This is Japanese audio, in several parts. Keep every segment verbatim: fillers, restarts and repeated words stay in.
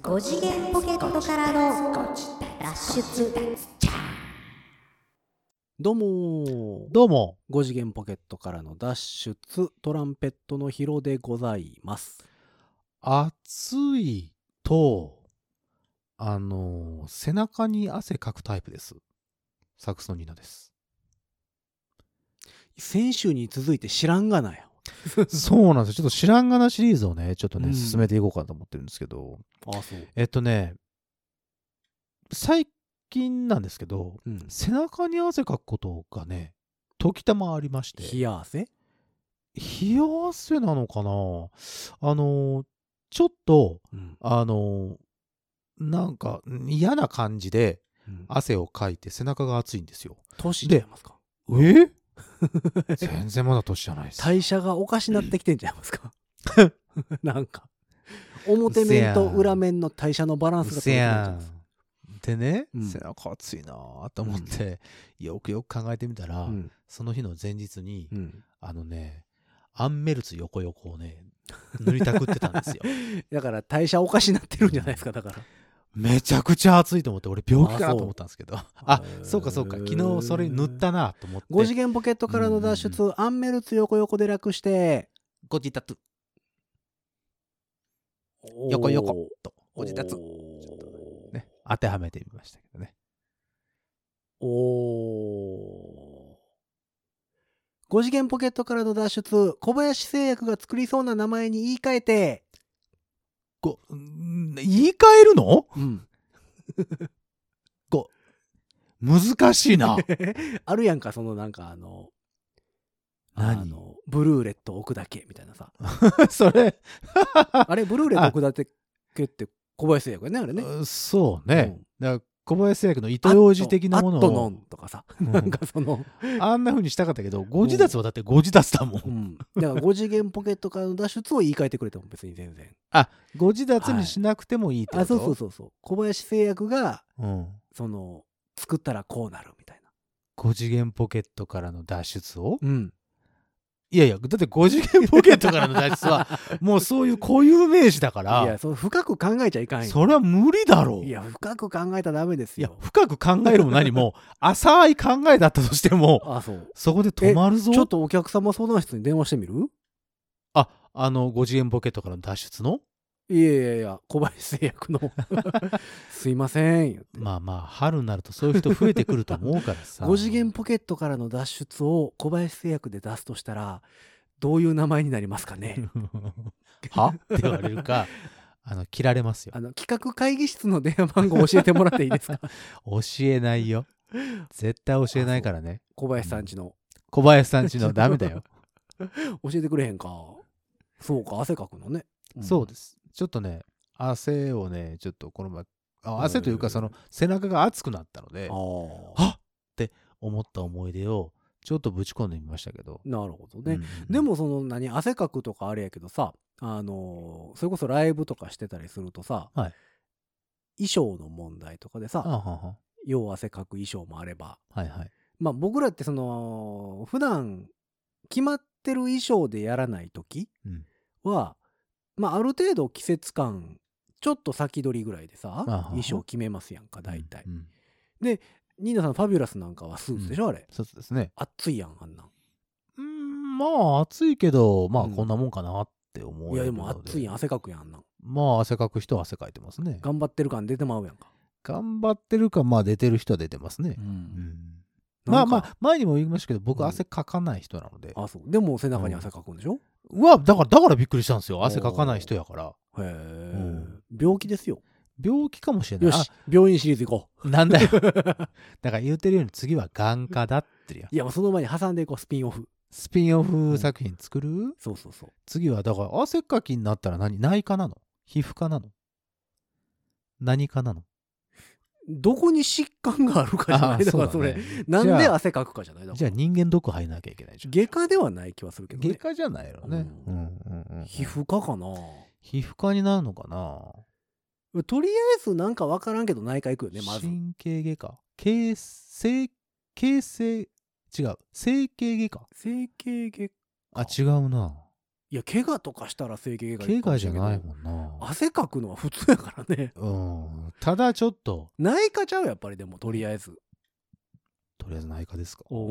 ご次元ポケットからの脱出。 どうもどうもご次元ポケットからの脱出、トランペットのヒロでございます。 暑いとあの背中に汗かくタイプです。サクソニーナです。 先週に続いて知らんがなよ。 そうなんですよ。ちょっと知らんがなシリーズをねちょっとね、 うん進めていこうかと思ってるんですけど、 あ、そう。 えっとね最近なんですけど、 うん、 背中に汗かくことがね時たまありまして。 冷や汗？ 冷や汗なのかな。あのちょっと、 うん、 あのなんか嫌な感じで汗をかいて背中が熱いんですよ。 年ちゃいますか？ え全然まだ年じゃないです。 代謝がおかしなってきてんちゃいますか？なんか表面と裏面の代謝のバランスが取れてるんちゃいます？ でね、 うん、 背中熱いなと思って、うん、よくよく考えてみたら、うん、その日の前日に、うん、あのねアンメルツ横横をね塗りたくってたんですよ。 だから代謝おかしなってるんじゃないですか。だからめちゃくちゃ暑いと思って、俺病気かなと思ったんですけど、あ, あそうかそうか、昨日それ塗ったなと思って。 ご次元ポケットからの脱出、うんうんうん、アンメルツ横横で楽してご自立横横とご自立ね、当てはめてみましたけどね。 おー、ご次元ポケットからの脱出、小林製薬が作りそうな名前に言い換えてご言い換えるの？うんこ難しいな。 あるやんか、そのなんかあのあのブルーレット置くだけみたいなさ。 それあれブルーレット置くだけって小林製薬やね、あれね。 そうね、うん、だから小林製薬の糸ようじ的なものをアットノンとかさ、うん、なんかそのあんな風にしたかったけど、ご自立はだってご自立だもん、うん、 だからご次元ポケットからの脱出を言い換えてくれても別に全然。 あ、ご自立にしなくてもいいってこと？ はい、あ、そうそうそうそう。小林製薬が、 うん、 その作ったらこうなるみたいな。 ご次元ポケットからの脱出を、 うん、 いやいや、だってご次元ポケットからの脱出はもうそういう固有名詞だから。 いや、そう深く考えちゃいかんよ。 それは無理だろう。 いや、深く考えたらダメですよ。 いや、深く考えるも何も浅い考えだったとしても、 あ、そう。 そこで止まるぞ。 ちょっとお客様相談室に電話してみる？ あ、あのご次元ポケットからの脱出の？ いやいやいや、小林製薬のすいません言って。 まあまあ春になるとそういう人増えてくると思うからさ。 ご次元ポケットからの脱出を小林製薬で出すとしたらどういう名前になりますかね？ はって言われるか、あの切られますよ。 あの企画会議室の電話番号教えてもらっていいですか？ 教えないよ、絶対教えないからね。 小林さんちの、うん、 小林さんちのダメだよ。 教えてくれへんか。そうか、汗かくのね、 うん、そうです。ちょっとね汗をねちょっとこの前、あ汗というかその背中が熱くなったので、はっって思った思い出をちょっとぶち込んでみましたけど。 なるほどね、うんうんうん、でもその何汗かくとかあれやけどさ、あのー、それこそライブとかしてたりするとさ、はい、衣装の問題とかでさ、はは要汗かく衣装もあれば、はいはい、まあ僕らってその普段決まってる衣装でやらない時は、うん、まあある程度季節感ちょっと先取りぐらいでさ、はは衣装決めますやんか大体、うんうん、でニーナさんファビュラスなんかはスーツでしょ、うん、あれ。 スーツですね。 暑いやんあんなん。 うーん、まあ暑いけどまあこんなもんかなって思う、うん、 いやでも暑いやん、汗かくやんあんなん。 まあ汗かく人は汗かいてますね。 頑張ってる感出てまうやんか。 頑張ってるかまあ出てる人は出てますね、うんうん、まあまあ前にも言いましたけど僕汗かかない人なので、 うん、あそうでも背中に汗かくんでしょ、 うん、うわだからだからびっくりしたんですよ。汗かかない人やから。へえ、うん、病気ですよ。 病気かもしれない。 よし病院シリーズ行こう。なんだよだから言ってるように次は眼科だってるよ。 いやその前に挟んでいこう、スピンオフスピンオフ作品作る、うん、 そうそうそう。 次はだから汗かきになったら何内科なの皮膚科なの何科なのどこに疾患があるかじゃない。だからそれ、ね、なんで汗かくかじゃない。だからじゃあ人間ドック入らなきゃいけないじゃん。 外科ではない気はするけどね。 外科じゃないのね、うんうんうんうん、 皮膚科かな。 皮膚科になるのかな。 とりあえずなんか分からんけど内科行くよねまず。 神経外科形成形成違う整形外科整形外科あ違うな。 いや、怪我とかしたら整形外科怪我じゃかもしれんけどないもんな。 汗かくのは普通やからね。 うん。ただちょっと。 内科ちゃうやっぱりでも、とりあえず。 とりあえず内科ですか。 うん。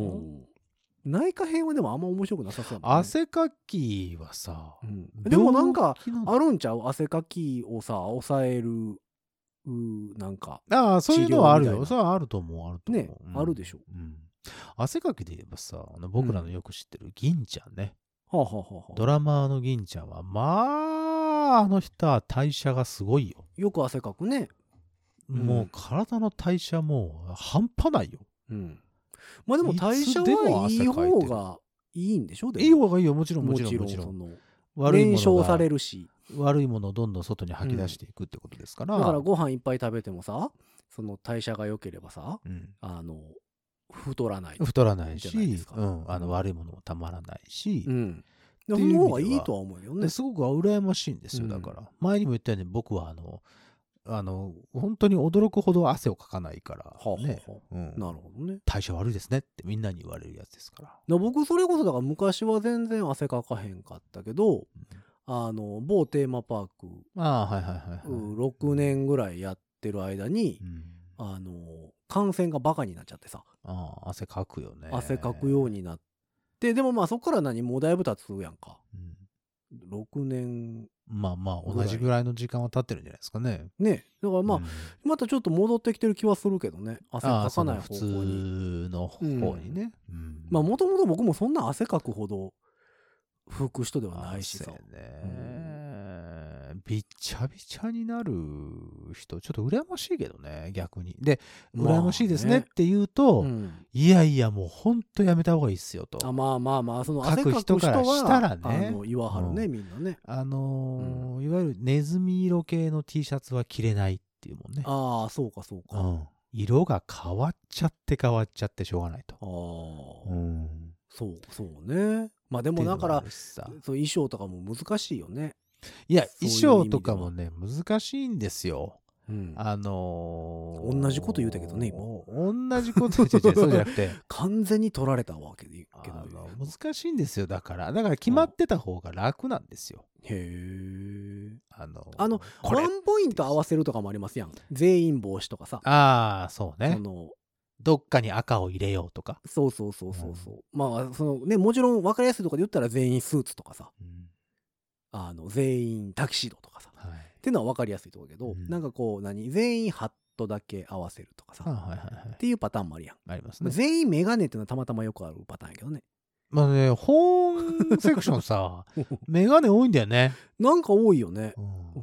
内科編はでもあんま面白くなさそうやもんね。 汗かきはさ、 うん、でもなんかあるんちゃう、汗かきをさ抑えるうなんか。 ああ、そういうのはあるよ。それはあると思う、あると思う。 ね、うん、あるでしょ。 うん。汗かきで言えばさ、あの僕らのよく知ってる銀ちゃんね。 はあはあはあ、 ドラマーの銀ちゃんは、まあ、あの人は代謝がすごいよ。 よく汗かくね。 もう体の代謝も半端ないよ。 うん。まあでも代謝はいい方がいいんでしょ。 いい方がいいよ、もちろんもちろんもちろん。 燃焼されるし、 悪いものをどんどん外に吐き出していくってことですから。 うん、だからご飯いっぱい食べてもさ、その代謝が良ければさ、うん、あの太らない太らないし、うん、あの悪いものもたまらないし、うん、 その方がいいとは思うよね。 すごく羨ましいんですよ。だから、うん、前にも言ったように僕はあのあの本当に驚くほど汗をかかないから、ね、 はあはあ、うん、なるほどね。 代謝悪いですねってみんなに言われるやつですから。 ら僕それこそだから昔は全然汗かかへんかったけど、うん、あの某テーマパーク、 あ、はいはいはいはい、 ろくねんぐらいやってる間に、うん、あの感染がバカになっちゃってさ、 ああ、汗かくよね。 汗かくようになって、でもまあそこから何もうだいぶ経つやんか、うん、ろくねんまあまあ同じぐらいの時間は経ってるんじゃないですかね。 ね、だからまあ、うん、またちょっと戻ってきてる気はするけどね、汗かかない方向に。 普通の方にね。 うんうん、まあもともと僕もそんな汗かくほど拭く人ではないしさ。ね、 うん、びっちゃびちゃになる人ちょっと羨ましいけどね、逆に。で羨ましいですねって言うと、まあね、うん、いやいやもうほんとやめた方がいいっすよと。 あ、まあまあまあ、その汗かく人からしたらね、あの言わはるね、うん、みんなね。 あのーうん、いわゆるネズミ色系の T シャツは着れないっていうもんね。 ああ、そうかそうか、うん。 色が変わっちゃって変わっちゃってしょうがないと。 ああ、うん、そうそうね。まあでもだからそう衣装とかも難しいよね。 いや衣装とかもね難しいんですよ。うん、あのー、同じこと言うたけどね今。 同じこと言うそうじゃなくて完全に取られたわけでけど、 難しいんですよ。だからだから決まってた方が楽なんですよ。 へえ。 あのあのワンポイント合わせるとかもありますやん。全員帽子とかさ。 ああそうね。 そのどっかに赤を入れようとか。 そうそうそうそうそう。うん、まあそのねもちろん分かりやすいとかで言ったら全員スーツとかさ、うん、あの全員タキシードとかさ、はい、っていうのは分かりやすいところけど、うん、なんかこう何全員ハットだけ合わせるとかさ、はいはいはい、っていうパターンもあるやん。 ありますね。 全員メガネっていうのはたまたまよくあるパターンやけどね。 まあね本セクションさメガネ多いんだよね。 なんか多いよね。うんうん、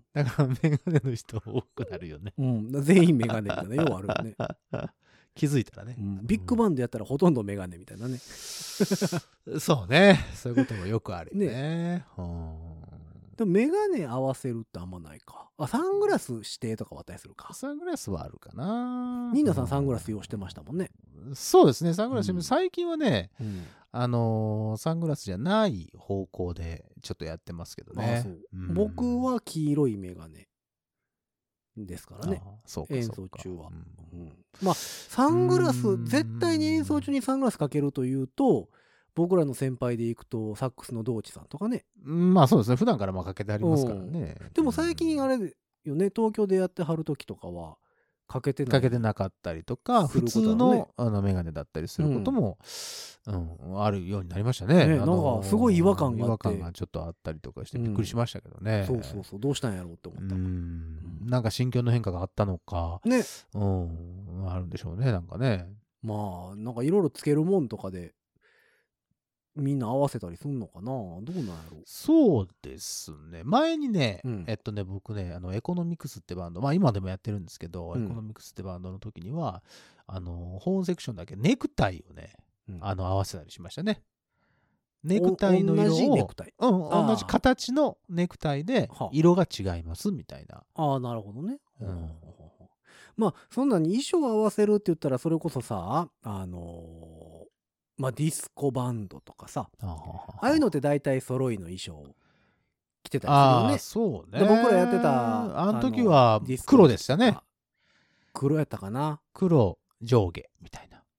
だからメガネの人多くなるよね。 うん、全員メガネみたいなようあるよね。 気づいたらね、 うん、ビッグバンドやったらほとんどメガネみたいなね。 そうね、そういうこともよくあるよね。ね、うん、 でもメガネ合わせるってあんまないか。あ、サングラス指定とかはあったりするか。 サングラスはあるかな。 ニーナさんサングラス用してましたもんね。 そうですね、サングラス、うん、最近はね、うん、あのー、サングラスじゃない方向でちょっとやってますけどね。 あ、そう、うん、僕は黄色いメガネですからね。 そうか、 演奏中は、うんうん、まあサングラス絶対に演奏中にサングラスかけるというと僕らの先輩でいくとサックスの道地さんとかね、 まあそうですね、普段からまあかけてありますからね。 でも最近あれよね、東京でやってはる時とかはかけてない、 かけてなかったりとか、普通のあのメガネだったりすることも、うんうん、あるようになりましたね。 ね、なんかすごい違和感があって、 違和感がちょっとあったりとかしてびっくりしましたけどね。 うん、そうそうそう、どうしたんやろうって思った。うん、 なんか心境の変化があったのか、 ね、 うん、あるんでしょうね、なんかね。 まあなんかいろいろつけるもんとかでみんな合わせたりすんのかな、どうなんやろう。 そうですね、前にね、うん、えっとね僕ねあのエコノミクスってバンド、まあ今でもやってるんですけど、うん、エコノミクスってバンドの時にはあのホーンセクションだけネクタイをね、うん、あの合わせたりしましたね。ネクタイの色を同じネクタイ、うん、同じ形のネクタイで色が違いますみたいな。 ああ、なるほどね。うん、まあそんなに衣装合わせるって言ったらそれこそさ、あのーまあ、ディスコバンドとかさ、ああいうのって大体揃いの衣装着てたりするよね。 あ、そうね。 で僕らやってたあの時は黒でしたね。 黒やったかな。 黒上下みたいな。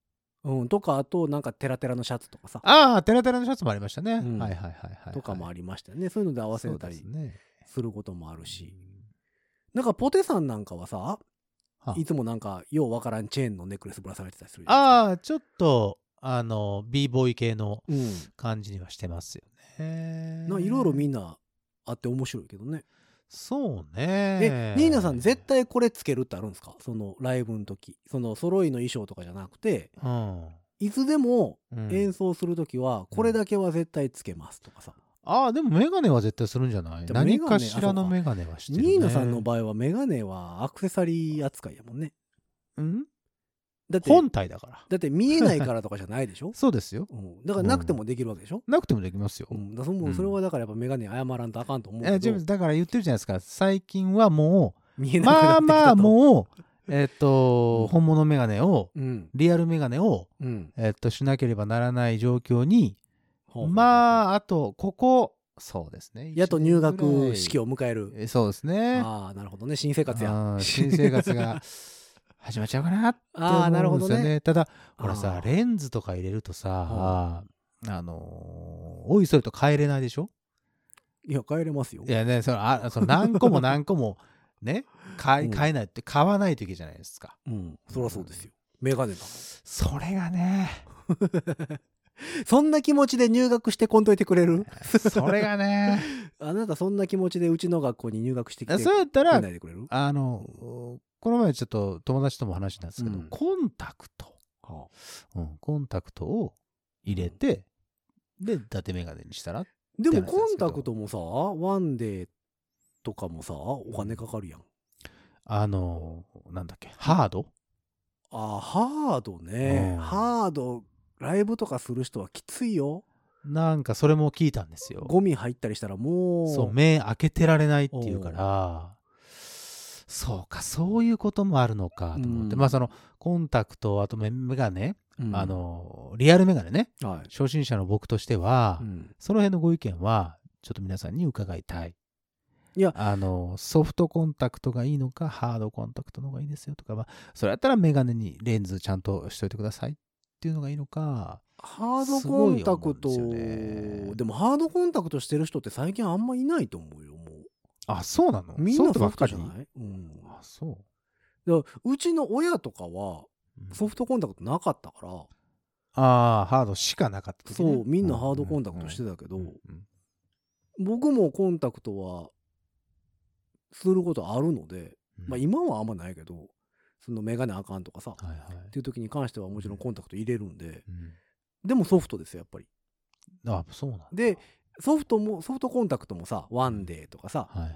うん、とかあとなんかテラテラのシャツとかさ、 ああテラテラのシャツもありましたね、 うん、 はいはいはいはい、 とかもありましたよね。そういうので合わせたりすることもあるし、 ね、 なんかポテさんなんかはさ、いつもなんかようわからんチェーンのネックレスぶら下げてたりするじゃないですか。ああちょっとあの b ボーイ系の感じにはしてますよね。 いろいろみんなあって面白いけどね。 そうね。 え、ニーナさん絶対これつけるってあるんですか？そのライブの時、その揃いの衣装とかじゃなくて、うん、いつでも演奏する時はこれだけは絶対つけますとかさ。 うん、ああでもメガネは絶対するんじゃない？何かしらのメガネはしてるね。 ニーナさんの場合はメガネはアクセサリー扱いやもんね。 うんだって本体だから。 だって見えないからとかじゃないでしょそうですよ、 うん。だからなくてもできるわけでしょ、 うん、なくてもできますよ。 うん、だそそれはだからやっぱメガネ謝らんとあかんと思うけど。 だから言ってるじゃないですか。最近はもう見えなくなってきたと。まあまあもうえっと、うん、本物メガネを、うん、リアルメガネを、うん、えっとしなければならない状況に、うん、まああとここそうですね。 やっと入学式を迎える。 えそうですね。 ああなるほどね、新生活や。 新生活が始まっちゃうかなって思うんですよね。ただほらさレンズとか入れるとさ、あのおいそれと変えれないでしょ。 いや変えれますよ。 いやねそのあその何個も何個もね買い買えないって買わないといけないじゃないですか。 うんそりゃそうですよ。メガネだもん。 それがねそんな気持ちで入学してこんといてくれる？ それがねあなたそんな気持ちでうちの学校に入学してきてそうやったらないでくれる？ あのこの前ちょっと友達とも話したんですけど、うん、コンタクト、はあうん、コンタクトを入れて、うん、で伊達メガネにしたらでもコンタクトもさワンデーとかもさお金かかるやん。 あのなんだっけハードあハードね、うん、ハードライブとかする人はきついよ。 なんかそれも聞いたんですよ。 ゴミ入ったりしたらもうそう目開けてられないっていうからそうかそういうこともあるのかと思って、うん、まあそのコンタクトあとメガネ、うん、あのリアルメガネね、はい、初心者の僕としては、うん、その辺のご意見はちょっと皆さんに伺いたい。いやあのソフトコンタクトがいいのかハードコンタクトの方がいいですよとか、まあ、それやったらメガネにレンズちゃんとしといてくださいっていうのがいいのか。 ハードコンタクト で, でもハードコンタクトしてる人って最近あんまいないと思うよもう。 あそうなの？ みんなソフトじゃない？うん、 あそうだうちの親とかはソフトコンタクトなかったから、うん、 ああハードしかなかった、 ね、そうみんなハードコンタクトしてたけど、うんうんうん、僕もコンタクトはすることあるので、うんまあ、今はあんまないけどそのメガネあかんとかさ、はいはい、っていう時に関してはもちろんコンタクト入れるんで、うん、でもソフトですよやっぱり。 あそうなんだ。 でソフトもソフトコンタクトもさワンデーとかさ、 はいはい、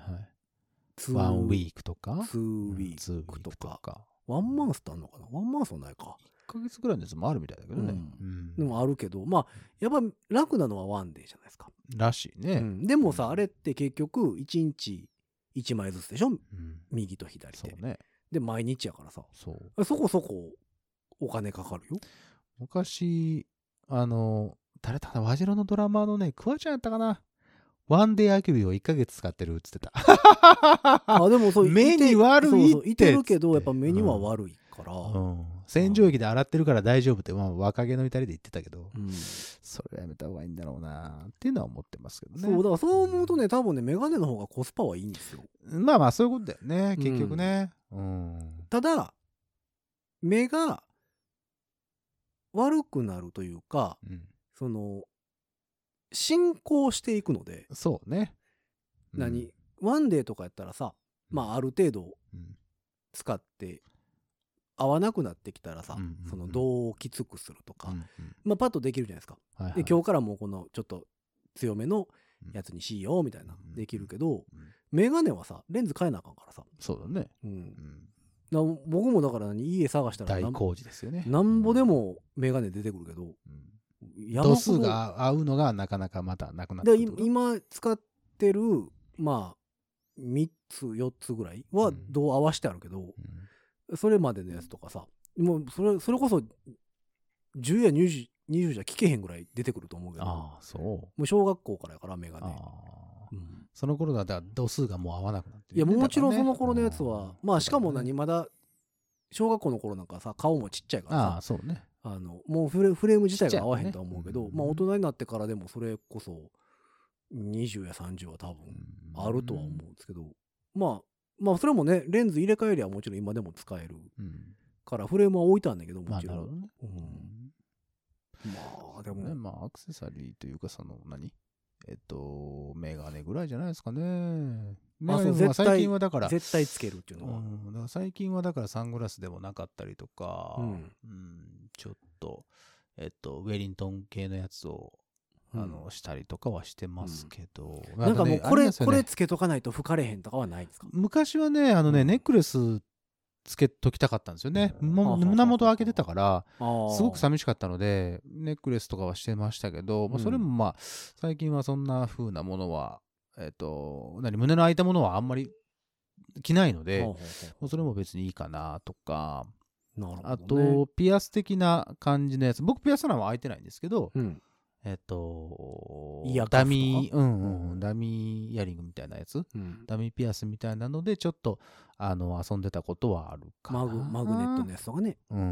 ワンウィークとかツーウィークとか、うん、ワンマンスってあんのかな。ワンマンスはないか。 いっかげつぐらいのやつもあるみたいだけどね、 うんうん、でもあるけどまあやっぱ楽なのはワンデーじゃないですか。 らしいね、 うん、でもさ、うん、あれって結局いちにちいちまいずつでしょ、うん、右と左で。そうね。で毎日やからさ そ, そこそこお金かかるよ。 昔あの誰だかな和白のドラマーのねクワちゃんやったかなワンデーアキビをいっかげつ使ってるっつってたあでもそう目に悪いってそうそういてるけどやっぱ目には悪いから、うんうん、洗浄液で洗ってるから大丈夫って、まあ、若気の至りで言ってたけど、うん、それはやめた方がいいんだろうなっていうのは思ってますけどね。 そうだからそう思うとね多分ねメガネの方がコスパはいいんですよ。 まあまあそういうことだよね結局ね、うんうん、 ただ目が悪くなるというか、うん、その進行していくのでそうね、 うん、何ワンデーとかやったらさ、うん、まあある程度使って合わなくなってきたらさ、うんうんうん、その度をきつくするとか、うんうん、まあパッとできるじゃないですか、はいはい、で今日からもうこのちょっと強めのやつにしようみたいな、うん、できるけど、うん、メガネはさレンズ変えなあかんからさ。 そうだね、うんうんだ僕もだから何家探したら大工事ですよね。 なんぼでもメガネ出てくるけど、 うん、度数が合うのがなかなかまたなくなってくる。 今使ってるまあみっつよっつぐらいは度合わしてあるけど、うん、それまでのやつとかさもうそれそれこそじゅうやにじゅう、にじゅうじゃ聞けへんぐらい出てくると思うけど。 ああそうもう小学校からやからメガネ。 うん、その頃だったら度数がもう合わなくなってる、 ね、いやもちろんその頃のやつはまあしかも何まだ小学校の頃なんかさ顔もちっちゃいからさあそうねあのもうフレ、フレーム自体が合わへんとは思うけど、ね、まあ大人になってからでもそれこそにじゅうやさんじゅうは多分あるとは思うんですけど、まあまあそれもねレンズ入れ替えりゃもちろん今でも使えるからフレームは置いたんだけどもちろん、まあ、ねうん、まあでもねまあアクセサリーというかその何えっとメガネぐらいじゃないですかね。 まあそう絶対最近はだから絶対つけるっていうのは、 うん、だから最近はだからサングラスでもなかったりとか、うんうん、ちょっとえっとウェリントン系のやつをあの、うん、したりとかはしてますけど、 うん、なんかもうこれ、ね、これつけとかないと吹かれへんとかはないですか？ 昔はねあのね、うん、ネックレスつけときたかったんですよね。胸元開けてたからすごく寂しかったのでネックレスとかはしてましたけど、うん、それもまあ最近はそんな風なものはえっと何胸の開いたものはあんまり着ないので、もうそれも別にいいかなとか、なるほどね、あとピアス的な感じのやつ、僕ピアスなんは開いてないんですけど、うん、えっとダミー、うんうん、ダミーイヤリングみたいなやつ、うん、ダミーピアスみたいなのでちょっとあの遊んでたことはあるかな。 マグ、マグネットのやつとかね、 うんうん、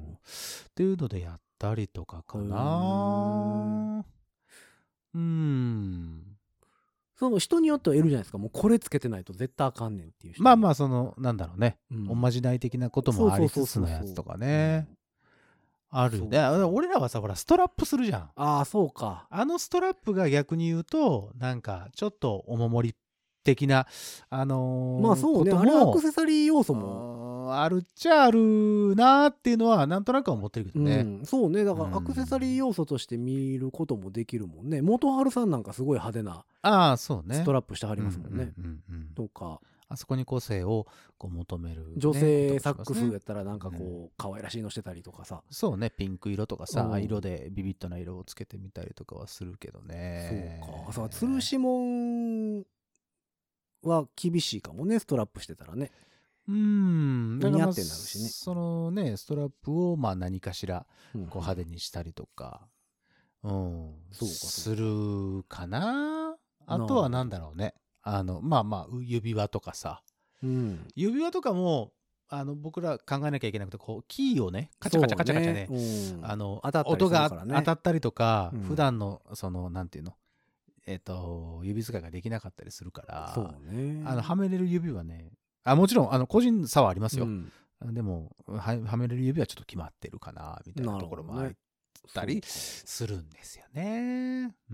っていうのでやったりとかかな。うーんその人によってはいるじゃないですか。もうこれつけてないと絶対あかんねんっていう人。 まあまあそのなんだろうね、うん、おまじない的なこともありつつのやつとかね、ある。で俺らはさほらストラップするじゃん。 ああそうか。 あのストラップが逆に言うとなんかちょっとお守り的なあのー、 まあそうね、あれアクセサリー要素もあるっちゃあるなーっていうのはなんとなくは思ってるけどね、 うん、そうね、だからアクセサリー要素として見ることもできるもんね。元春さんなんかすごい派手なあそうねストラップしてはりますもんね。とかあそこに個性をこう求める、ね、 女性サックスやったらなんかこう、うん、可愛らしいのしてたりとかさ、 そうね、ピンク色とかさ、うん、色でビビッドな色をつけてみたりとかはするけどね。 そうか、そう鶴指紋は厳しいかもね、ストラップしてたらね。 うーん、 似合ってなるしね。 そのねストラップをまあ何かしらこう派手にしたりとか、うん、うん、そうかするかな。あとはなんだろうね、あのまあまあ指輪とかさ、うん、指輪とかもあの僕ら考えなきゃいけなくて、こうキーをねカチャカチャカチャカチャね、うん、あの音が当たったりとか、うん、普段のそのなんていうのえっと指使いができなかったりするから、そうね、あのはめれる指はね、あもちろんあの個人差はありますよ、うん、でも は, はめれる指はちょっと決まってるかなみたいなところもあったりするんですよね。うん、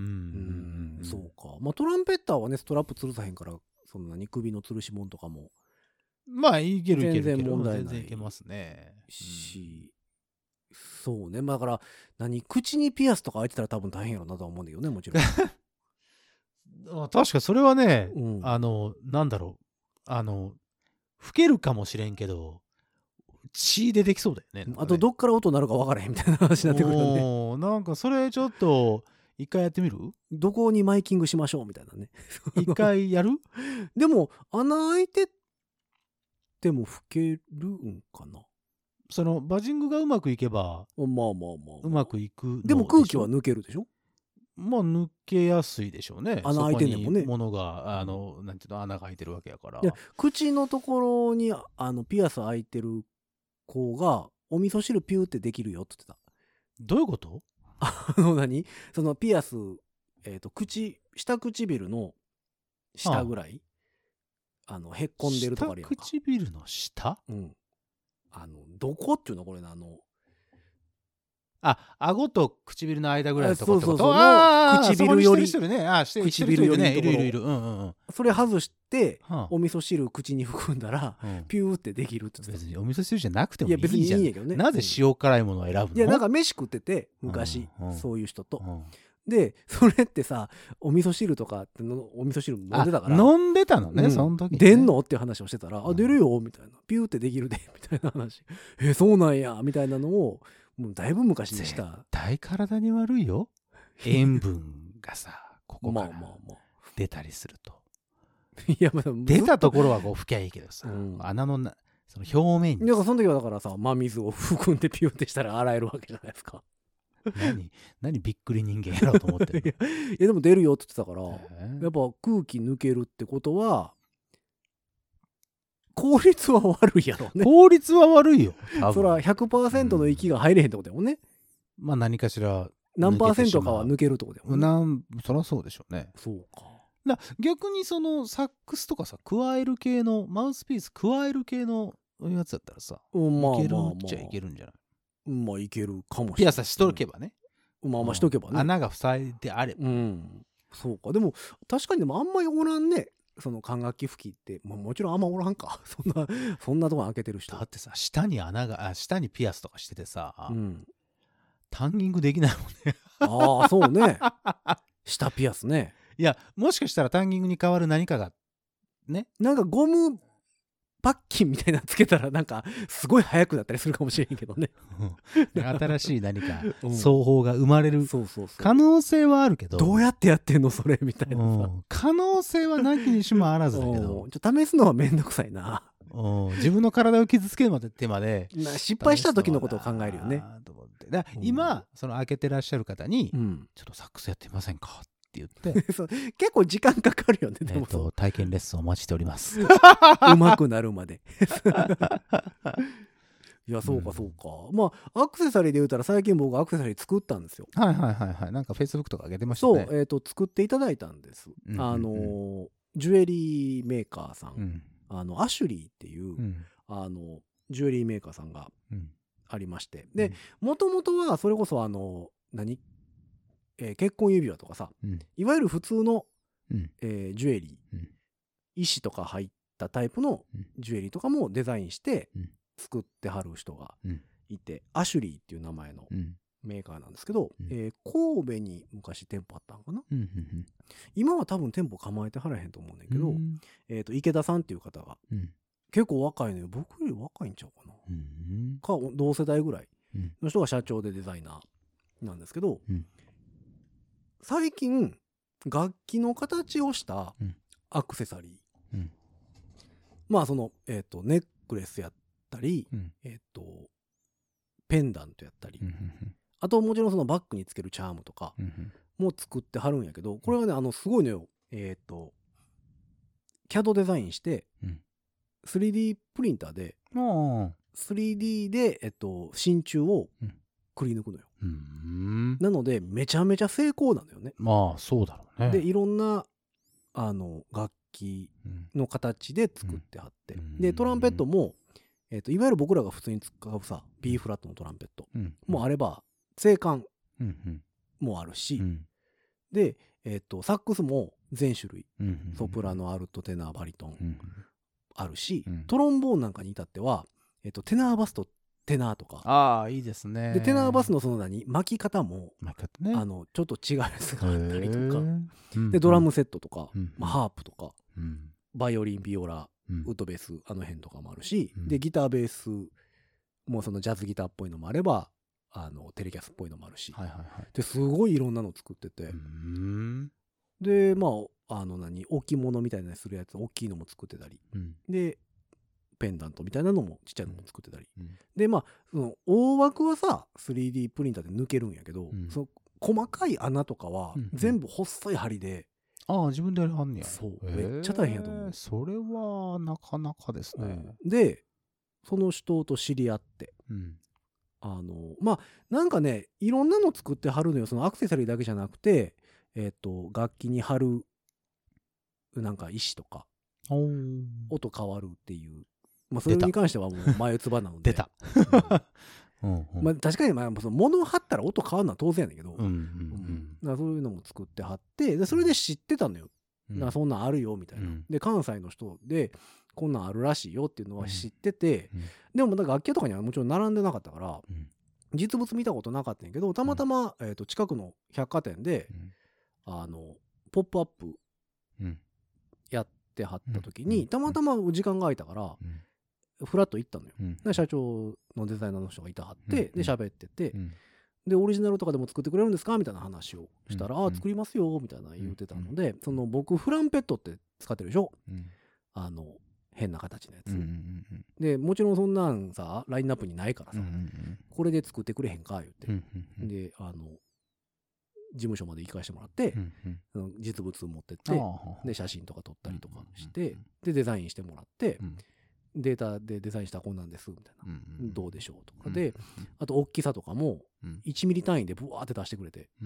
うん、そうか。まあトランペッターはねストラップ吊るさへんから、そんなに首の吊るし紋とかもまあいけるいける全然問題ない全然いけますねし、うん、そうね、まあ、だから何口にピアスとか開いてたら多分大変やろなとは思うんだけどね、もちろん確かそれはね、うん、あのなんだろう、あの吹けるかもしれんけど血出てきそうだよ ね, ねあとどっから音鳴るか分からへんみたいな話になってくるよね。 おなんかそれちょっと一回やってみる？ どこにマイキングしましょうみたいなね一回やる？ でも穴開いてでも吹けるんかな。 そのバジングがうまくいけばまあまあまあ、まあ、 うまくいくのでしょ。 でも空気は抜けるでしょ。 まあ抜けやすいでしょうね。 穴開いてんねんもんね。 物があのなんていうの穴が開いてるわけやから。 いや口のところにあのピアス開いてる子がお味噌汁ピューってできるよって言ってた。 どういうこと？ あの何そのピアス、えーと、口下唇の下ぐらい、あ、あのへっこんでるとこあるやんか。 下唇の下？ うん。あのどこっていうのこれのあの。 あ、顎と唇の間ぐらいのとこってこと？ そうそうそう。あ唇よりしてるね。あ、してる唇よりね。いるいるいる。うんうんうん。 それ外して、はあ、お味噌汁口に含んだら、うん、ピューってできるって言ってた。 別にお味噌汁じゃなくてもいいじゃん。 いや別にいいんやけどね。 なぜ塩辛いものを選ぶの？ いやなんか飯食ってて昔、うんうん、そういう人と。うんでそれってさお味噌汁とかってのお味噌汁飲んでたから飲んでたのね、うん、その時、ね、 出んのっていう話をしてたら、うん、あ出るよみたいなピューってできるでみたいな話えそうなんやみたいなのをもうだいぶ昔にした絶対体に悪いよ塩分がさここから出たりするといや、まあ、出たところはこう吹きゃいいけどさ、うん、穴のなその表面にだからその時はだからさ真水を含んでピューってしたら洗えるわけじゃないですか何何びっくり人間やろうと思ってるのいやでも出るよって言ってたから、やっぱ空気抜けるってことは効率は悪いやろね。 効率は悪いよ多分そら ひゃくパーセント の息が入れへんってことやもんね、 まあ何かしら何パーセントかは抜けるとこでも、 ね、なんそりゃそうでしょうね。 そうか。 だ逆にそのサックスとかさ加える系のマウスピース加える系のやつだったらさ、うん、まあ、いけるっちゃいけるんじゃない？ まあいけるかもしれない。 ピアスしとけばね。 まあまあしとけばね。 穴が塞いであれば。 うん。そうか。でも確かにでもあんまりおらんね。その管楽器吹きって、まあ、もちろんあんまおらんか。そんなそんなとこ開けてる人。 だってさ下に穴があ下にピアスとかしててさ、うん、タンギングできないもんね。 ああそうね。下ピアスね。 いやもしかしたらタンギングに代わる何かがね。 なんかゴムパッキンみたいなのつけたらなんかすごい速くなったりするかもしれんけどね。 新しい何か奏法が生まれる可能性はあるけど、 どうやってやってんのそれみたいなさ、うん、 可能性はなきにしもあらずだけどちょ試すのはめんどくさいな。 自分の体を傷つけるまで手まで失敗した時のことを考えるよね。 だ今その開けてらっしゃる方に、うん、ちょっとサックスやってみませんかって言って結構時間かかるよね。でも、 えー、と体験レッスンお待ちしております。 うまくなるまで。いやそうかそうか、うん、まあアクセサリーで言うたら最近僕アクセサリー作ったんですよ。 はいはいはいはい。なんかフェイスブックとか上げてましたね。 そう、えー、と作っていただいたんです、うんうんうん、あのジュエリーメーカーさん、うん、あのアシュリーっていう、うん、あのジュエリーメーカーさんがありまして、うん、でもともとはそれこそあの何えー、結婚指輪とかさ、うん、いわゆる普通の、うんえー、ジュエリー、うん、石とか入ったタイプのジュエリーとかもデザインして作ってはる人がいて、うん、アシュリーっていう名前のメーカーなんですけど、うんえー、神戸に昔店舗あったんかな、うんうんうん、今は多分店舗構えてはらへんと思うんだけど、うん、えーと、池田さんっていう方が、うん、結構若いのよ。僕より若いんちゃうかな、うん、か同世代ぐらいの人が社長でデザイナーなんですけど、うん最近楽器の形をしたアクセサリー、うん、まあその、えーと、ネックレスやったり、うんえーと、ペンダントやったり、うん、あともちろんそのバッグにつけるチャームとかも作ってはるんやけど、これはねあのすごいのよ。えっと キャド デザインして、うん、スリーディー プリンターで スリーディー で、えっと、真鍮をくり抜くのよ。うん、なのでめちゃめちゃ成功なのよね。 まあそうだろうね。 でいろんなあの楽器の形で作ってはって、うん、でトランペットも、えーと、いわゆる僕らが普通に使うさ B フラットのトランペットもあれば正管もあるし、うん、で、えーと、サックスも全種類、うん、ソプラノアルトテナーバリトンあるし、うん、トロンボーンなんかに至っては、えーと、テナーバスとテナーとか。 ああいいですね。 でテナーバスのその何巻き方も巻き方、ね、 あのちょっと違うやつがあったりとか、でドラムセットとか、うんまあ、ハープとか、うん、バイオリンビオラ、うん、ウッドベースあの辺とかもあるし、うん、でギターベースもそのジャズギターっぽいのもあればあのテレキャスっぽいのもあるし、はいはいはい、ですごいいろんなの作ってて、うんでまああの何置物みたいなするやつ大きいのも作ってたり、うん、でペンダントみたいなのもちっちゃいのも作ってたり、うん、でまあその大枠はさ スリーディー プリンターで抜けるんやけど、うん、その細かい穴とかは全部細い針で、 うんうん、ああ自分でやるはんねや。 そうめっちゃ大変やと思う。 それはなかなかですね、 うん、でその人と知り合って、うん、あのまあなんかねいろんなの作ってはるのよ。そのアクセサリーだけじゃなくてえっと楽器に貼るなんか石とか音変わるっていう、まあ、それに関してはもう前つばなので出た、 うんうんまあ、確かにまあその物を貼ったら音変わるのは当然やねんけど、うんうんうん、だからそういうのも作って貼ってでそれで知ってたのよ、うん、だからそんなんあるよみたいな、うん、で関西の人でこんなんあるらしいよっていうのは知ってて、うんうん、でもだから楽器とかにはもちろん並んでなかったから、うん、実物見たことなかったんやけどたまたま、うんえー、と近くの百貨店で、うん、あのポップアップやってはった時に、うん、たまたま時間が空いたから、うんフラッと行ったのよ、うん、で社長のデザイナーの人がいたはって、うん、で喋ってて、うん、でオリジナルとかでも作ってくれるんですかみたいな話をしたら、うん、ああ作りますよみたいな言ってたので、うん、その僕フランペットって使ってるでしょ、うん、あの変な形のやつ、うんうんうん、でもちろんそんなんさラインナップにないからさ、うんうんうん、これで作ってくれへんか言って、うんうんうん、であの事務所まで行かしてもらって、うんうん、実物持ってってで写真とか撮ったりとかして、うんうん、でデザインしてもらって、うんデータでデザインしたらこんなんですみたいな、うん、どうでしょうとかで、うん、あと大きさとかもいちミリ単位でブワーって出してくれて、うん、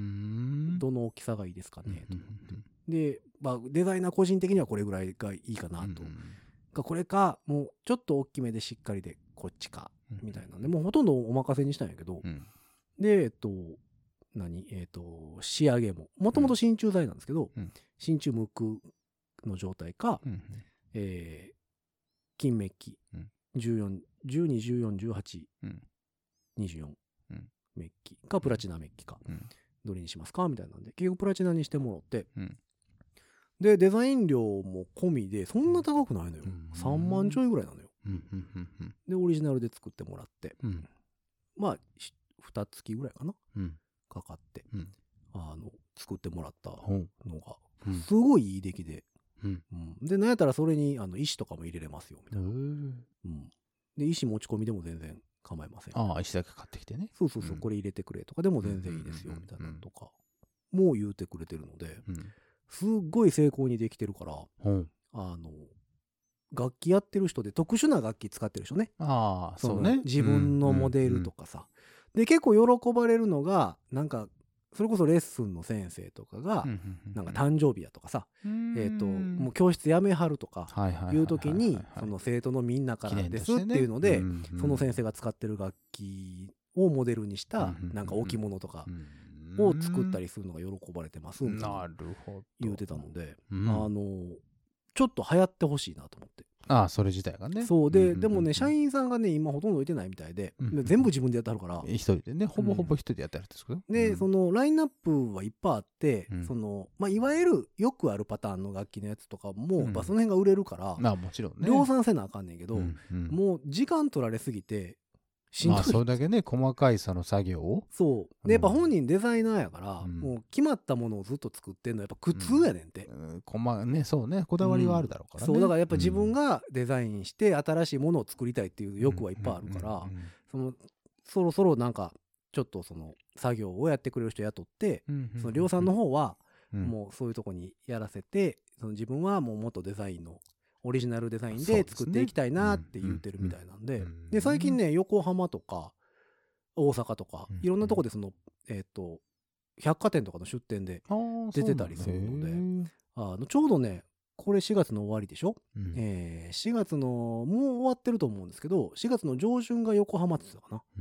どの大きさがいいですかねと思って、で、まあ、デザイナー個人的にはこれぐらいがいいかなと、うん、これかもうちょっと大きめでしっかりでこっちかみたいなんで、もうほとんどお任せにしたんやけど、うん、でえっと何えっと仕上げももともと真鍮材なんですけど、うん、真鍮無垢の状態か、うん、えー金メッキ、うん、じゅうよん、じゅうに、じゅうよん、じゅうはち、うん、にじゅうよん、うん、メッキかプラチナメッキか、うん、どれにしますかみたいなんで結局プラチナにしてもらって、うん、でデザイン料も込みでそんな高くないのよ、うん、さんまんちょいぐらいなのよ、うん、でオリジナルで作ってもらって、うん、まあにかげつぐらいかな、うん、かかって、うん、あの作ってもらったのがすごいいい出来で、うんうん、でなんやったらそれにあの石とかも入れれますよみたいな、うん、で石持ち込みでも全然構いません。 ああ石だけ買ってきてね、 そうそうそう、うん、これ入れてくれとかでも全然いいですよみたいなのとかもう言うてくれてるので、うん、すっごい成功にできてるから、うん、あの楽器やってる人で特殊な楽器使ってる人ね、 ああそうね、 自分のモデルとかさ、うんうんうん、で結構喜ばれるのがなんかそれこそレッスンの先生とかがなんか誕生日やとかさ、えっともう教室辞めはるとかいう時にその生徒のみんなからですっていうのでその先生が使ってる楽器をモデルにしたなんか置物とかを作ったりするのが喜ばれてますみたいな言うてたので、あのちょっと流行ってほしいなと思って。 ああそれ自体がね。 そうで、でもね社員さんがね今ほとんどいてないみたいで、全部自分でやってはるから一人でねほぼほぼ一人でやってはるんですけど、 でそのラインナップはいっぱいあって、そのまあいわゆるよくあるパターンの楽器のやつとかもまあその辺が売れるからまあもちろんね量産せなあかんねんけど、もう時間取られすぎてしんどい。まあそれだけね細かいその作業をそうでやっぱ本人デザイナーやから、うん、もう決まったものをずっと作ってんのはやっぱ苦痛やねんって、 うんうん、細ねそうねこだわりはあるだろうからね、 うん、そうだからやっぱ自分がデザインして新しいものを作りたいっていう欲はいっぱいあるから、そのそろそろなんかちょっとその作業をやってくれる人雇って、うん、その量産の方はもうそういうとこにやらせて、その自分はもうもっとデザインのオリジナルデザインで作っていきたいなって言ってるみたいなんで、で最近ね横浜とか大阪とかいろんなとこでそのえっと百貨店とかの出店で出てたりするので、あのちょうどねこれしがつの終わりでしょ、うんえー、しがつのもう終わってると思うんですけどしがつの上旬が横浜って言ってたかな、うん、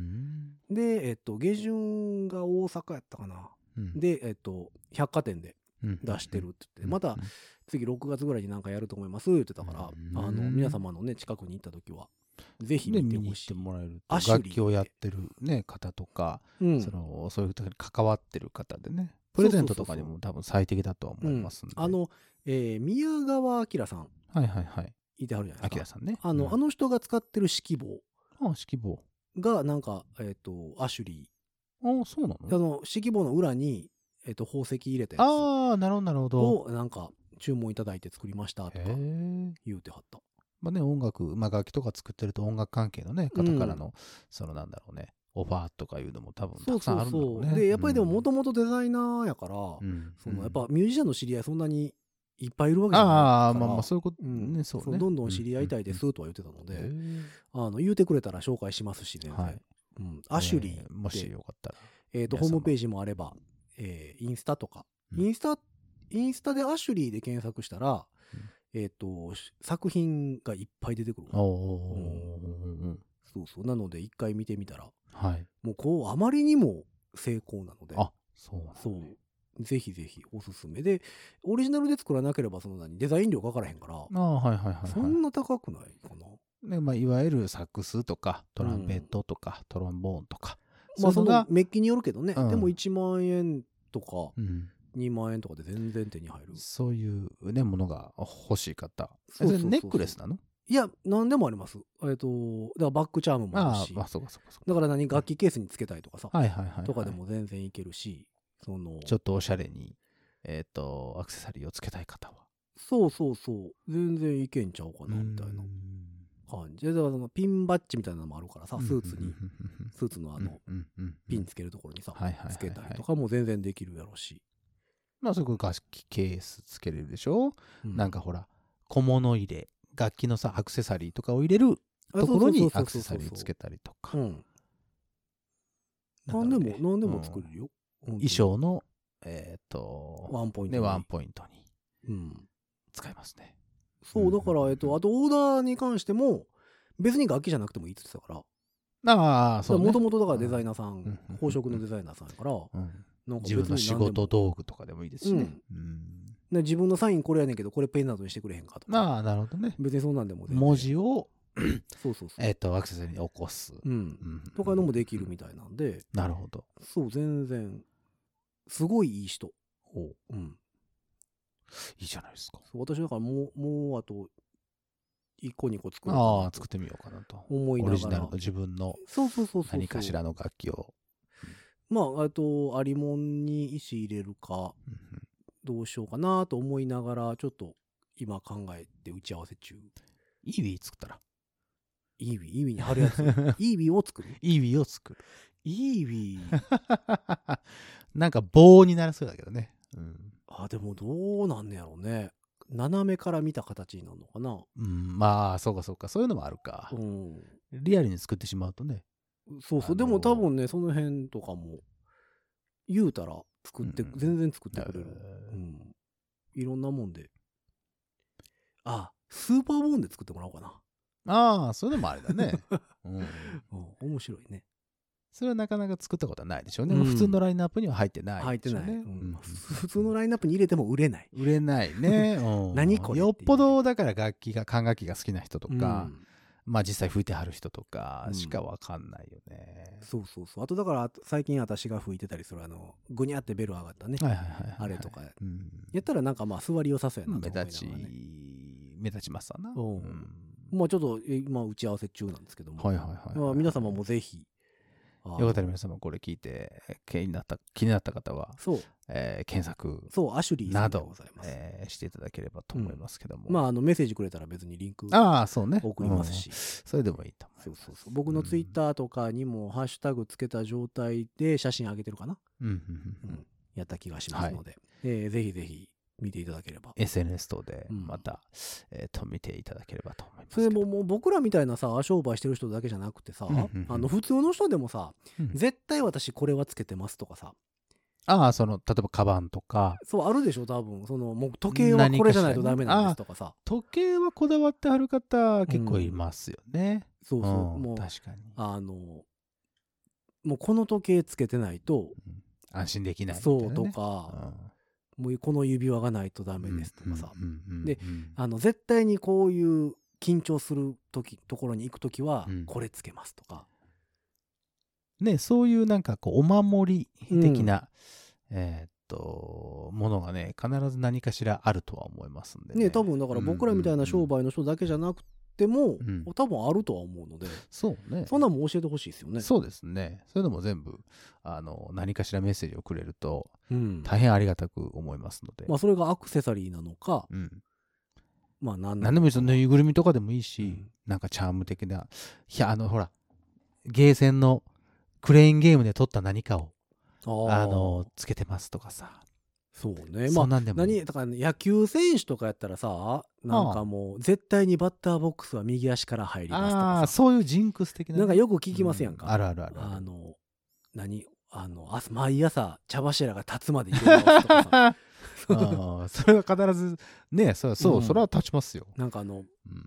でえっと下旬が大阪やったかな、うん、でえっと百貨店で出してるって言って、うん、また次ろくがつぐらいになんかやると思います言ってたから、うん、あの皆様のね近くに行った時はぜひ見てほしい。 もらえると楽器をやってる、ね、方とか、うん、そのそういう時に関わってる方でねプレゼントとかにも多分最適だとは思いますんで、 うん、あの、えー、宮川明さんはいはいはいいてはるじゃないですか。 明さんねあの、うん、あの人が使ってる指揮棒あ指揮棒がなんかえっ、ー、とアシュリーあそうなのあの指揮棒の裏にえっ、ー、と宝石入れたやつああなるほどなるほどをなんか注文いただいて作りましたとか言うてはった。 まあね、音楽、まあ、楽器とか作ってると音楽関係の、ね、方からの、うん、そのなんだろうねオファーとかいうのも多分たくさんあるんだろうね。そうそうそうでやっぱりでももともとデザイナーやから、うん、そのやっぱミュージシャンの知り合いそんなにいっぱいいるわけじゃないから、ああまあまあそういうことね、そうねどんどん知り合いたいですとは言ってたので、うん、あの言うてくれたら紹介しますし全然、はいうん、アシュリー、えー、 もしよかったら、 えー、とホームページもあれば、えー、インスタとか、うん、インスタインスタでアシュリーで検索したら、うんえー、と作品がいっぱい出てくる、うん、そうそうなので一回見てみたら、はい、もうこうあまりにも成功なのであそうなん、ね、 そうぜひぜひおすすめでオリジナルで作らなければその何デザイン料かからへんからあ、はいはいはいはい、 そんな高くないかな、 ねまあ、いわゆるサックスとかトランペットとか、うん、トロンボーンとかまあそのメッキによるけどね、うん、でもいちまんえんとか、うんにまんえんとかで全然手に入るそういうねものが欲しい方そうそうそうそうネックレスなのいや何でもあります。えっとだからバックチャームもあるしああそうかそうかそうかだから何楽器ケースにつけたいとかさ、はいはいはいはい、とかでも全然いけるしそのちょっとおしゃれにえっとアクセサリーをつけたい方はそうそうそう全然いけんちゃうかなみたいな感じでだからそのピンバッジみたいなのもあるからさスーツにスーツのあのピンつけるところにさつけたりとかも全然できるやろしまあそこ楽器ケースつけれるでしょ、うん、なんかほら小物入れ楽器のさアクセサリーとかを入れるところにアクセサリーつけたりとか。 何でも何でも作れるよ。 衣装のえっとワンポイントねワンポイントに使いますね。 そうだからえっとあとオーダーに関しても別に楽器じゃなくてもいいって言ってたから。 ああそうね。 もともとだからデザイナーさん宝飾のデザイナーさんやから。 自分の仕事道具とかでもいいですしね。 自分のサインこれやねんけどこれペンなどにしてくれへんかとか。 ああなるほどね。 別にそんなんでも文字をそうそうそうえっとアクセサリーに起こすとかのもできるみたいなんで。 なるほど。 そう全然すごいいい人。うん。 いいじゃないですか。 私だからもうもうあといっこにこ作るああ作ってみようかなと思いながら。 オリジナルの自分の何かしらの楽器を。 まあ、あと、アリモンに石入れるか、どうしようかなと思いながら、ちょっと今考えて打ち合わせ中。 イーウィー作ったらイーウィー、イーウィーに貼るやつ。イーウィーを作るイーウィーを作る。 イーウィー。 なんか棒にならそうだけどね。うん、 あ、でもどうなんねやろうね。斜めから見た形になるのかな。 うん、まあ、そうかそうか。そういうのもあるか。うん、リアルに作ってしまうとね。 そうそう、でも多分ねその辺とかも言うたら作って、うん、全然作ってくれる、うん、いろんなもんで。あスーパーボーンで作ってもらおうかな。 ああそういうのもあれだね、うん、 面白いね。 それはなかなか作ったことはないでしょうね、うん、普通のラインナップには入ってない、ね、 入ってない、うん、普通のラインナップに入れても売れない売れないね、うん、何これよっぽどだから楽器が管楽器が好きな人とか、うんまあ実際吹いてはる人とかしかわかんないよね、 うん、そうそうそう。あとだから最近私が吹いてたりするあのグニャってベル上がったね、はいはいはいはい、あれとか、うん、やったらなんかまあ座り良さそうやなと思いながら、ね、 目立ち目立ちますわな、うんうん、まあちょっと今打ち合わせ中なんですけども、はいはいはいはい、まあ、皆様もぜひよかったら皆様これ聞いて気になった気になった方はそう、 えー、検索そうアシュリーなど、えー、していただければと思いますけども、 うん、まああのメッセージくれたら別にリンクああそうね送りますし、 うん、それでもいいと思います。 そうそうそう僕のツイッターとかにもハッシュタグつけた状態で写真上げてるかな、うんうんうんうん、やった気がしますので、はいえー、ぜひぜひ見ていただければエスエヌエス 等でまた、うんえー、と見ていただければと思います。 それももう僕らみたいなさ商売してる人だけじゃなくてさ、うんうんうん、あの普通の人でもさ、うん、絶対私これはつけてますとかさああその例えばカバンとかそうあるでしょ多分そのもう時計はこれじゃないとダメなんですとかさ時計はこだわってはる方結構いますよね、うん、 そうそう、うん、もう確かにあのもうこの時計つけてないと、 うん、安心できないみたいな、ね、そうとか、うんもうこの指輪がないとダメですとかさ、であの絶対にこういう緊張する時ところに行く時はこれつけますとか、 うん、ねそういうなんかこうお守り的な、うん、えー、っとものがね必ず何かしらあるとは思いますんで ね, ね多分だから僕らみたいな商売の人だけじゃなくてでも、うん、多分あるとは思うのでそうねそんなもん教えてほしいですよね。 そうですねそういうのも全部あの何かしらメッセージをくれると、うん、大変ありがたく思いますのでまあそれがアクセサリーなのか、うん、まあ何でもいいですよぬいぐるみとかでもいいし、うん、なんかチャーム的ないやあのほらゲーセンのクレーンゲームで撮った何かをあのつけてますとかさそうねまあ何だから野球選手とかやったらさなんかもう絶対にバッターボックスは右足から入りますとかさあそういうジンクス的な、ね、 なんかよく聞きますやんか、 うん、あるあるあるあの何あの朝毎朝茶柱が立つまで入れますとかさあそれは必ずねそうそう、うん、それは立ちますよ。 なんかあの、うん、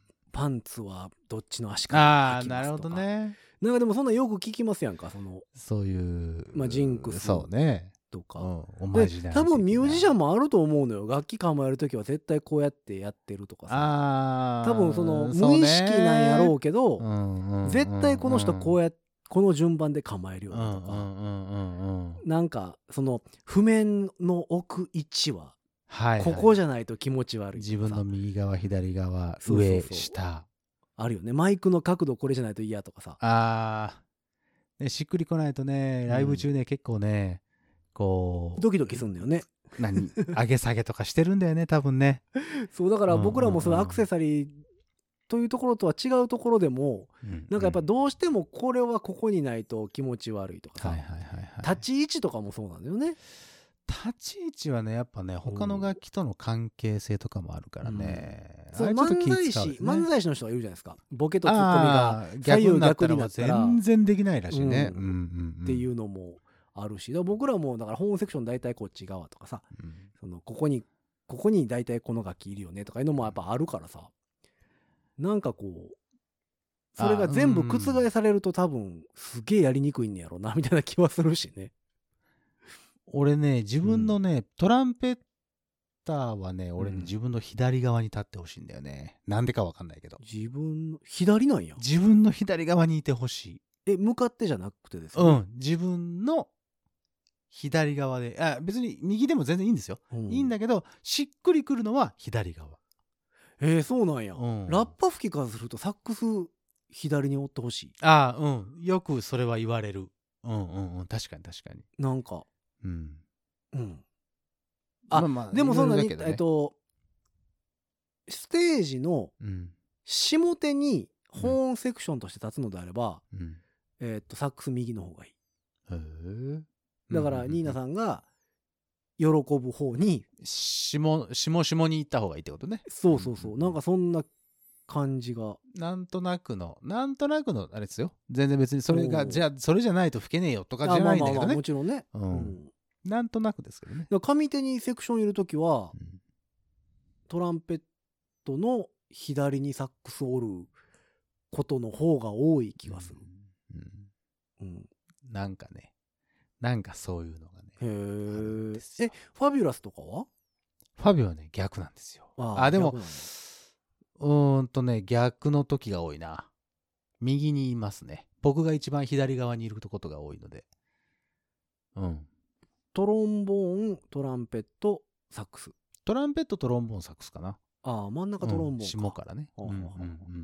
パンツはどっちの足から履きますとかあなるほどねなんかでもそんなよく聞きますやんかそのそういうまあジンクスそうねとか、 うん、おまじない多分ミュージシャンもあると思うのよ楽器構えるときは絶対こうやってやってるとかさあ多分その無意識なんやろうけど、うんうん、絶対この人こうやってこの順番で構えるよねとかなんかその譜面の置く位置はここじゃないと気持ち悪い、はいはい、 自分の右側左側上下あるよねマイクの角度これじゃないと嫌とかさあー、ね、しっくりこないとねライブ中ね、うん、結構ねこうドキドキするんだよね何上げ下げとかしてるんだよね多分ねそうだから僕らもそのアクセサリーというところとは違うところでも、うん、なんかやっぱどうしてもこれはここにないと気持ち悪いとかさ、はいはいはいはい、立ち位置とかもそうなんだよね立ち位置はねやっぱね他の楽器との関係性とかもあるからね、 うん、そう漫才師、ね、漫才師の人がいるじゃないですか。ボケとツッコミが左右逆になったら全然できないらしいね、 うんうんうんうん、っていうのもあるし、だから僕らもだからホーンセクション大体こっち側とかさ、うん、そのここにここに大体この楽器いるよねとかいうのもやっぱあるからさ、なんかこうそれが全部覆されると多分すげえやりにくいんやろうなみたいな気はするしね。 俺ね自分のね、うん、トランペッターはね俺ね、うん、自分の左側に立ってほしいんだよね。なんでかわかんないけど自分の左なんや。 自分の左側にいてほしい。 え向かってじゃなくてですか、 ね、うん自分の左側であ別に右でも全然いいんですよ、うん、いいんだけどしっくりくるのは左側。 えー、そうなんや、うん、ラッパ吹きからするとサックス左におってほしい。 ああうんよくそれは言われる。うんうんうん確かに確かになんかうんうんあ、まあまあ、でもそんなに、ね、えっとステージの下手にホーンセクションとして立つのであれば、うん、えっとサックス右の方がいい。へえ。だから、うんうんうん、ニーナさんが喜ぶ方に下下下に行った方がいいってことね。 そうそうそう、うん、なんかそんな感じがなんとなくのなんとなくのあれですよ。全然別にそれがじゃあそれじゃないと吹けねえよとかじゃないんだけどね。まあまあまあもちろんね、 うんうん、なんとなくですけどね。 上手にセクション入れるときは、うん、トランペットの左にサックスを折ることの方が多い気がする。 うんうんうん、なんかねなんかそういうのがね。 へえ。えファビュラスとかは？ ファビュはね逆なんですよ。ああでもうーんとね逆の時が多いな。右にいますね。僕が一番左側にいることが多いので。うん。 トロンボーン、トランペット、サックス。 トランペット、トロンボーン、サックスかな。 ああ、真ん中トロンボーンか。うん、 下からね。うんうんうん、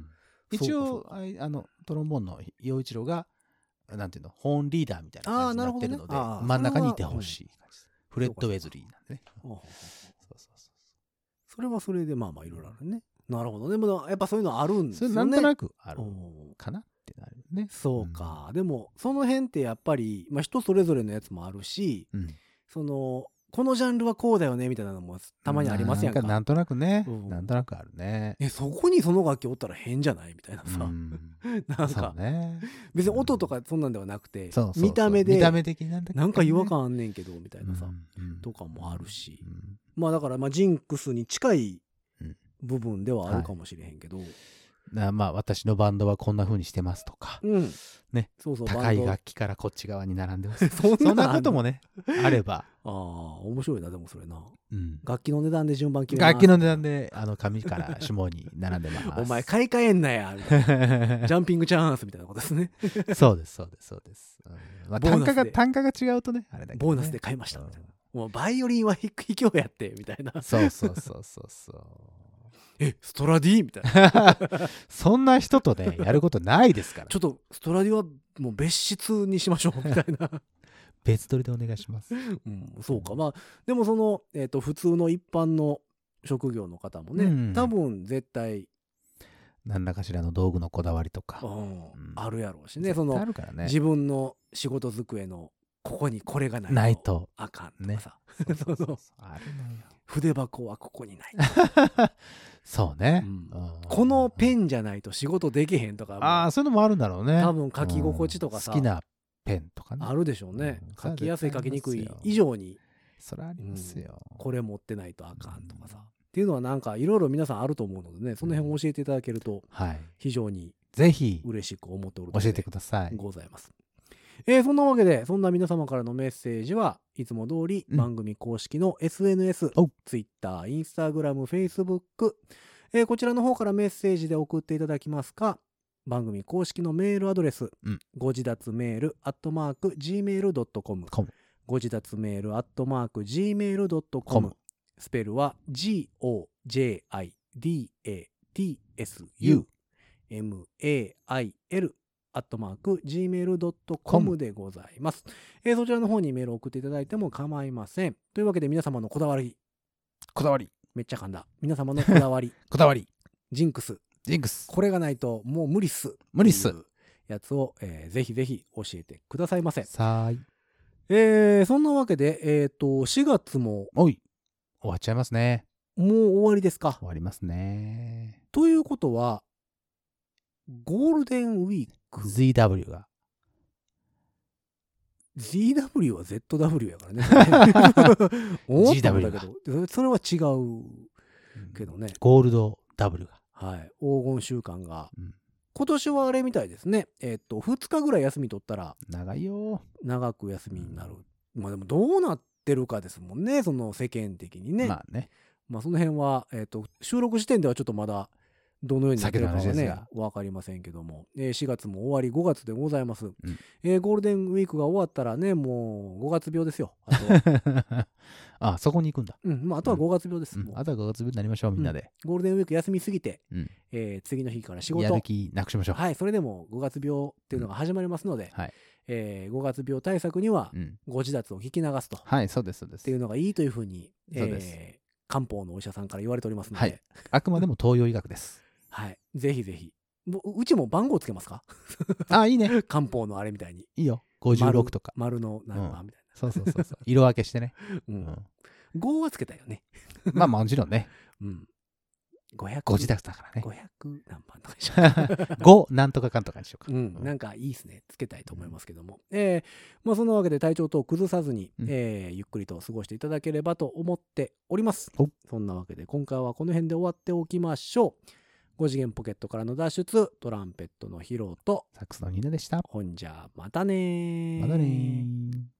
一応ああのトロンボーンの陽一郎がなんていうのホーンリーダーみたいな感じになってるので、ね、真ん中にいてほしい感じです。フレッド・ウェズリーなんでね。そうそうそうそれはそれでまあまあいろいろあるね。なるほど。でもやっぱそういうのあるんですよね。 それなんとなくあるかなってなるね。 そうか、うん、でもその辺ってやっぱり、まあ、人それぞれのやつもあるし、うん、そのこのジャンルはこうだよねみたいなのもたまにありますやんか。 なんかなんとなくね、うん、なんとなくあるね。 えそこにその楽器おったら変じゃないみたいなさ、うん、なんか、ね、別に音とかそんなんではなくて、うん、見た目で見た目的なんだけど、ね、 なんか違和感あんねんけどみたいなさ、うん、とかもあるし、うん、まあだからまあジンクスに近い部分ではあるかもしれへんけど、はい、 なまあ私のバンドはこんな風にしてますとか、うん、ね、そうそう高い楽器からこっち側に並んでますそん な, そんなこともねあればああ面白いな。でもそれな、うん、楽器の値段で順番決めます。楽器の値段であの上から下に並んでますお前買い替えんなやみたいなジャンピングチャンスみたいなことですねそうですそうですそうです、うんまあ、単価が単価が違うとねあれだけど、ね、 ボーナスで買いましたみたいな、うん、もうバイオリンは卑怯やってみたいなそうそうそうそうそうえストラディみたいなそんな人とねやることないですからちょっとストラディはもう別室にしましょうみたいな別撮りでお願いします、うん、そうか。まあでもその、えーと、普通の一般の職業の方もね、うん、多分絶対何らかしらの道具のこだわりとか、 うんうん、あるやろうしね。そのあるからね自分の仕事机のここにこれがないとあかんとかさ、ね、そうそうそうあるのよ。筆箱はここにないそうね、うん、 このペンじゃないと仕事できへんとか、 ああそういうのもあるんだろうね。 多分書き心地とかさ、 うん、好きなペンとかねあるでしょうね、うん、書きやすい書きにくい以上にそれありますよ、 うん、これ持ってないとあかんとかさ、うん、っていうのはなんかいろいろ皆さんあると思うのでね、その辺を教えていただけると非常にぜひ嬉しく思っておる教えてくださいございます。えー、そんなわけでそんな皆様からのメッセージはいつも通り番組公式の エスエヌエス、うん、Twitter、Instagram、Facebook、えー、こちらの方からメッセージで送っていただきますか、番組公式のメールアドレス、うん、ご自立メールアットマーク ジーメールドットコム ご自立メールアットマーク ジーメールドットコム スペルは ジーオージェーアイディーエーティーエスユーエムエーアイエルアットマーク ジーメールドットコム でございます、えー、そちらの方にメールを送っていただいても構いません。というわけで皆様のこだわりこだわりめっちゃ噛んだ皆様のこだわりこだわりジンクスジンクスこれがないともう無理っす無理っすやつを、えー、ぜひぜひ教えてくださいませ。 さーい。 えー、そんなわけで、えっと、しがつも。 おい。終わっちゃいますね。 もう終わりですか。 終わりますね。 ということは、ゴールデンウィーク。 ゼットダブリュー が。 ゼットダブリュー は ゼットダブリュー やからね。思ったんだけど、それは違うけどね。 ゴールド W が。 はい。黄金週間が。うん、今年はあれみたいですね。えっと、ふつかぐらい休み取ったら。 長いよ。 長く休みになる。まあでもどうなってるかですもんね。その世間的にね。 まあね。 まあその辺は、えっと、収録時点ではちょっとまだ、どのようになってるかはね、わかりませんけども、えー、しがつも終わり、ごがつでございます、うん、えー。ゴールデンウィークが終わったらね、もうごがつ病ですよ。あとあ、そこに行くんだ。 うん、まあ、あとはごがつ病です。 うん、あとはごがつ病になりましょう、みんなで。 うん、ゴールデンウィーク休みすぎて、うんえー、次の日から仕事。 やる気なくしましょう。 はい、それでもごがつ病っていうのが始まりますので、うんはいえー、ごがつ病対策には、ご自立を聞き流すと。 はい、そうです、そうです。 っていうのがいいというふうに、そうですえー、漢方のお医者さんから言われておりますので。はい、 あくまでも東洋医学です。 はい。ぜひぜひ。うちも番号つけますかあ、いいね。 漢方のあれみたいに。 いいよ。ごじゅうろくとか。 丸の何番みたいな、 うん。そうそうそうそう。色分けしてね。 うん。ごはつけたよね。 まあもちろんね。 うん。ごひゃく。 ご自宅だからね。 ごひゃく何番とかにしようか。 ごなんとかかんとかにしようか。 うん。なんかいいですね。つけたいと思いますけども。うん、えー、まあそんなわけで体調等を崩さずに、うん、えー、ゆっくりと過ごしていただければと思っております。そんなわけで今回はこの辺で終わっておきましょう。ご次元ポケットからの脱出、トランペットのヒロとサックスのニーナでした。 ほんじゃまたねー。 またねー。